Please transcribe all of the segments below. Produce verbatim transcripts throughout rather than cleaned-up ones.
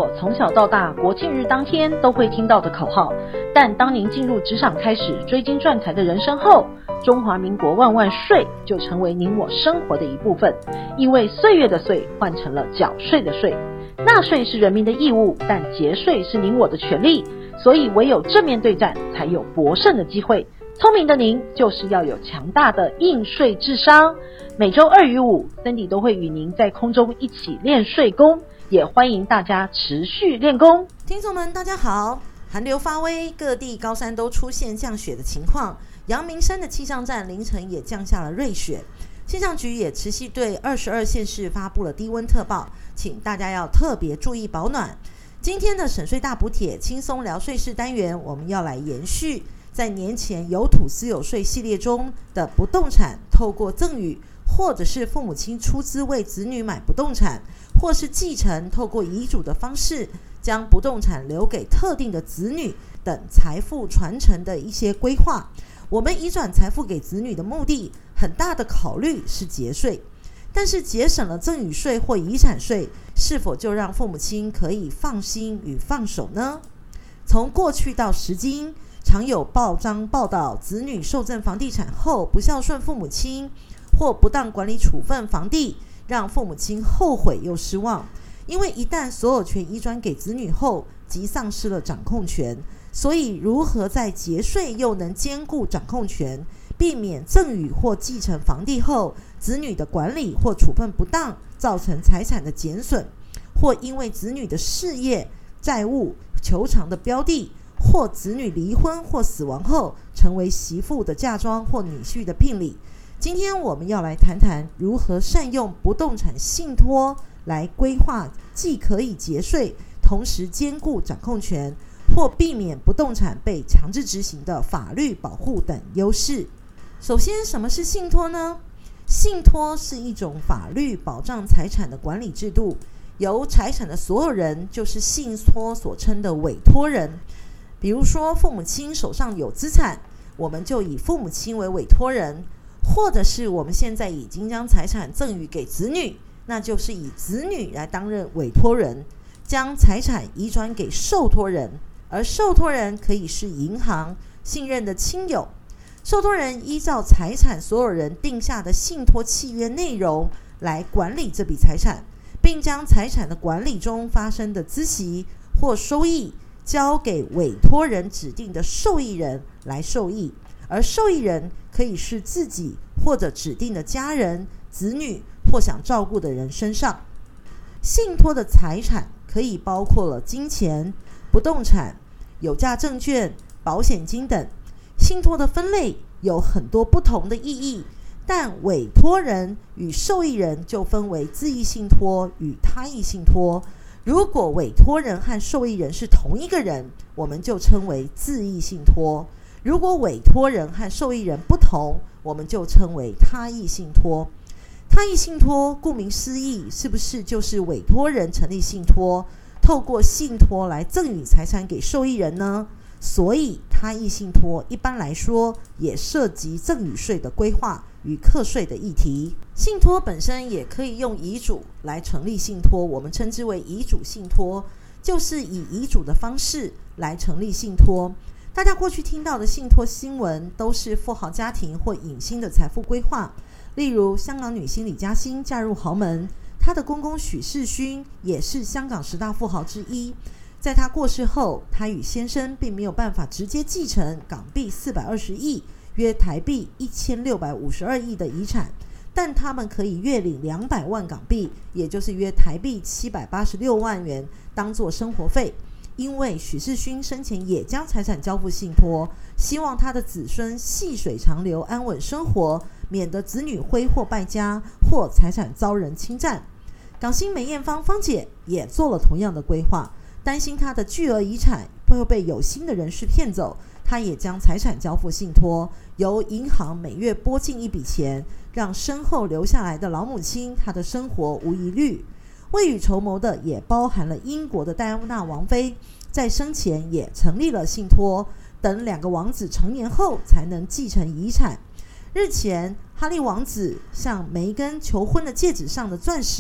我从小到大国庆日当天都会听到的口号，但当您进入职场开始追金赚财的人生后，中华民国万万岁就成为您我生活的一部分。因为岁月的岁换成了缴税的税，纳税是人民的义务，但节税是您我的权利，所以唯有正面对战才有博胜的机会。聪明的您就是要有强大的应税智商。每周二与五 Cindy 都会与您在空中一起练税功，也欢迎大家持续练功。 听众们大家好，寒流发威，各地高山都出现降雪的情况，阳明山的气象站凌晨也降下了瑞雪。气象局也持续对二十二县市发布了低温特报，请大家要特别注意保暖。今天的省税大补帖轻松聊税事单元，我们要来延续在年前有土私有税系列中的不动产透过赠与或者是父母亲出资为子女买不动产，或是继承透过遗嘱的方式将不动产留给特定的子女等财富传承的一些规划。我们移转财富给子女的目的很大的考虑是节税，但是节省了赠与税或遗产税，是否就让父母亲可以放心与放手呢？从过去到时今，常有报章报道子女受赠房地产后不孝顺父母亲，或不当管理处分房地，让父母亲后悔又失望。因为一旦所有权移转给子女后，即丧失了掌控权，所以如何在节税又能兼顾掌控权，避免赠与或继承房地后子女的管理或处分不当，造成财产的减损，或因为子女的事业、债务、求偿的标的，或子女离婚或死亡后成为媳妇的嫁妆或女婿的聘礼。今天我们要来谈谈如何善用不动产信托来规划，既可以节税，同时兼顾掌控权，或避免不动产被强制执行的法律保护等优势。首先，什么是信托呢？信托是一种法律保障财产的管理制度，由财产的所有人，就是信托所称的委托人。比如说父母亲手上有资产，我们就以父母亲为委托人，或者是我们现在已经将财产赠与给子女，那就是以子女来担任委托人，将财产移转给受托人，而受托人可以是银行、信任的亲友。受托人依照财产所有人定下的信托契约内容来管理这笔财产，并将财产的管理中发生的孳息或收益交给委托人指定的受益人来受益，而受益人可以是自己或者指定的家人、子女或想照顾的人身上。信托的财产可以包括了金钱、不动产、有价证券、保险金等。信托的分类有很多不同的意义，但委托人与受益人就分为自益信托与他益信托。如果委托人和受益人是同一个人，我们就称为自益信托；如果委托人和受益人不同，我们就称为他益信托。他益信托顾名思义，是不是就是委托人成立信托，透过信托来赠与财产给受益人呢？所以他益信托一般来说也涉及赠与税的规划与课税的议题。信托本身也可以用遗嘱来成立信托，我们称之为遗嘱信托，就是以遗嘱的方式来成立信托。大家过去听到的信托新闻都是富豪家庭或影星的财富规划，例如香港女星李嘉欣嫁入豪门，她的公公许世勋也是香港十大富豪之一。在他过世后，他与先生并没有办法直接继承港币四百二十亿，约台币一千六百五十二亿的遗产，但他们可以月领两百万港币，也就是约台币七百八十六万元当作生活费。因为许世勋生前也将财产交付信托，希望他的子孙细水长流，安稳生活，免得子女挥霍败家或财产遭人侵占。港星梅艳芳芳姐也做了同样的规划，担心他的巨额遗产会被有心的人士骗走，他也将财产交付信托，由银行每月拨进一笔钱，让身后留下来的老母亲她的生活无疑虑。未雨绸缪的也包含了英国的戴安娜王妃，在生前也成立了信托，等两个王子成年后才能继承遗产。日前哈利王子向梅根求婚的戒指上的钻石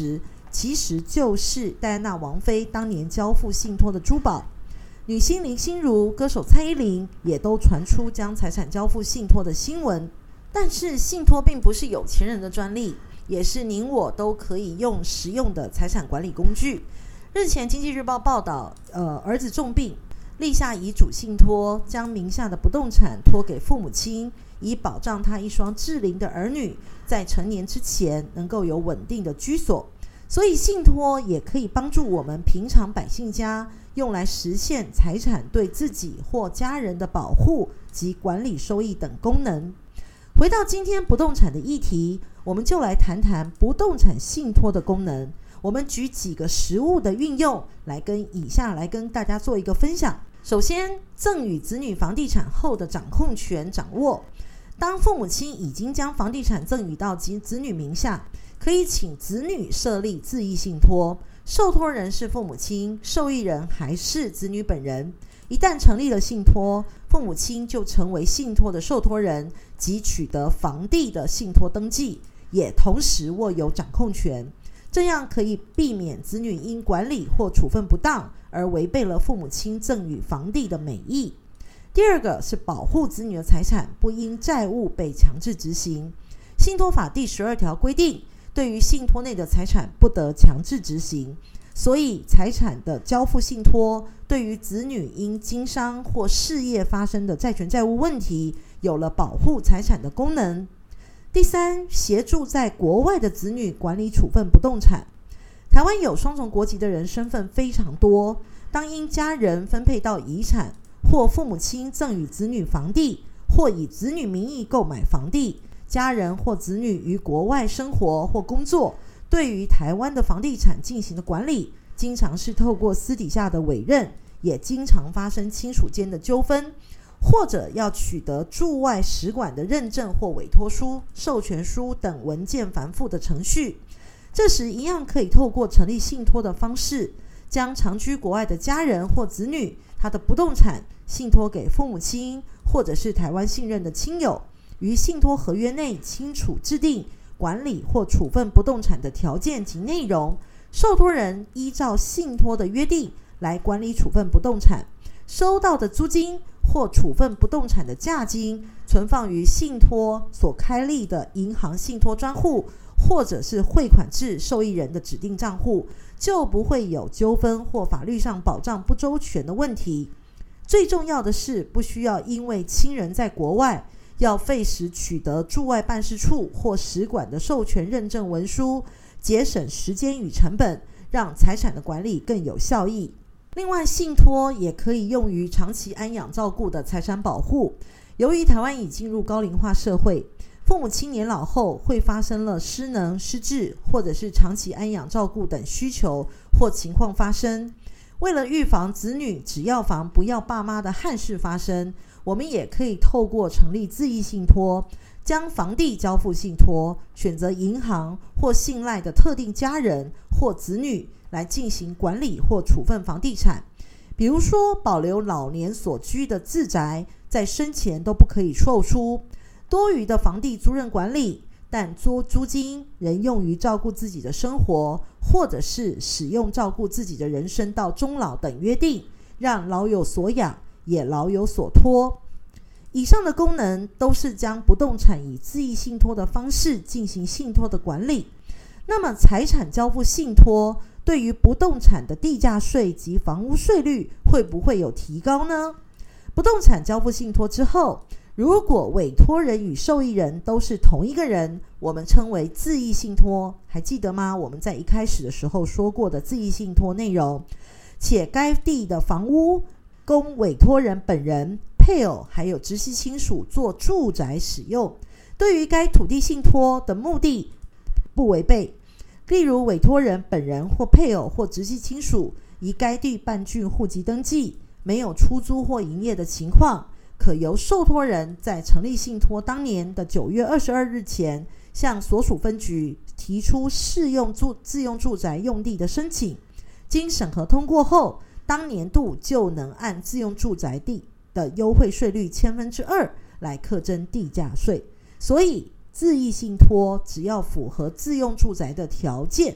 其实就是戴安娜王妃当年交付信托的珠宝。女星林心如、歌手蔡依林也都传出将财产交付信托的新闻。但是信托并不是有钱人的专利，也是您我都可以用实用的财产管理工具。日前经济日报报道，呃，儿子重病，立下遗嘱信托，将名下的不动产托给父母亲，以保障他一双适龄的儿女在成年之前能够有稳定的居所。所以信托也可以帮助我们平常百姓家用来实现财产对自己或家人的保护及管理收益等功能。回到今天不动产的议题，我们就来谈谈不动产信托的功能。我们举几个实务的运用来跟以下来跟大家做一个分享。首先，赠与子女房地产后的掌控权掌握。当父母亲已经将房地产赠与到子女名下，可以请子女设立自益信托，受托人是父母亲，受益人还是子女本人。一旦成立了信托，父母亲就成为信托的受托人及取得房地的信托登记，也同时握有掌控权。这样可以避免子女因管理或处分不当而违背了父母亲赠与房地的美意。第二个是保护子女的财产不因债务被强制执行。信托法第十二条规定，对于信托内的财产不得强制执行，所以财产的交付信托对于子女因经商或事业发生的债权债务问题有了保护财产的功能。第三，协助在国外的子女管理处分不动产。台湾有双重国籍的人身份非常多，当因家人分配到遗产，或父母亲赠与子女房地，或以子女名义购买房地，家人或子女于国外生活或工作，对于台湾的房地产进行的管理，经常是透过私底下的委任，也经常发生亲属间的纠纷，或者要取得驻外使馆的认证或委托书、授权书等文件繁复的程序。这时一样可以透过成立信托的方式，将长居国外的家人或子女他的不动产信托给父母亲或者是台湾信任的亲友，于信托合约内清楚制定管理或处分不动产的条件及内容，受托人依照信托的约定来管理处分不动产，收到的租金或处分不动产的价金存放于信托所开立的银行信托专户，或者是汇款至受益人的指定账户，就不会有纠纷或法律上保障不周全的问题。最重要的是，不需要因为亲人在国外要费时取得驻外办事处或使馆的授权认证文书，节省时间与成本，让财产的管理更有效益。另外，信托也可以用于长期安养照顾的财产保护。由于台湾已进入高龄化社会，父母亲年老后会发生了失能、失智，或者是长期安养照顾等需求或情况发生。为了预防子女只要房不要爸妈的憾事发生，我们也可以透过成立自益信托，将房地交付信托，选择银行或信赖的特定家人或子女来进行管理或处分房地产。比如说，保留老年所居的自宅，在生前都不可以售出；多余的房地租赁管理，但租租金仍用于照顾自己的生活，或者是使用照顾自己的人生到终老等约定，让老有所养，也老有所托。以上的功能都是将不动产以自益信托的方式进行信托的管理。那么财产交付信托对于不动产的地价税及房屋税率会不会有提高呢？不动产交付信托之后，如果委托人与受益人都是同一个人，我们称为自益信托，还记得吗？我们在一开始的时候说过的自益信托内容。且该地的房屋供委托人本人、配偶还有直系亲属做住宅使用，对于该土地信托的目的不违背。例如，委托人本人或配偶或直系亲属以该地办竣户籍登记，没有出租或营业的情况，可由受托人在成立信托当年的九月二十二日前，向所属分局提出适用住自用住宅用地的申请，经审核通过后，当年度就能按自用住宅地的优惠税率千分之二来课征地价税。所以自益信托只要符合自用住宅的条件，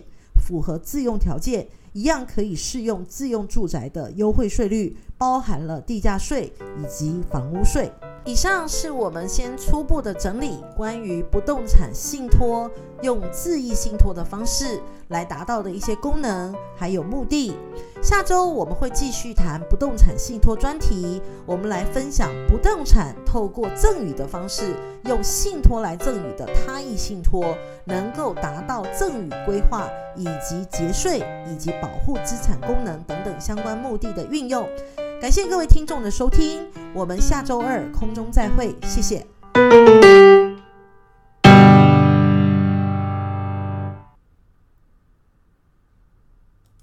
符合自用条件，一样可以适用自用住宅的优惠税率，包含了地价税以及房屋税。以上是我们先初步的整理关于不动产信托用自益信托的方式来达到的一些功能还有目的。下周我们会继续谈不动产信托专题，我们来分享不动产透过赠与的方式，用信托来赠与的他益信托，能够达到赠与规划以及节税以及保护资产功能等等相关目的的运用。感谢各位听众的收听，我们下周二空中再会，谢谢。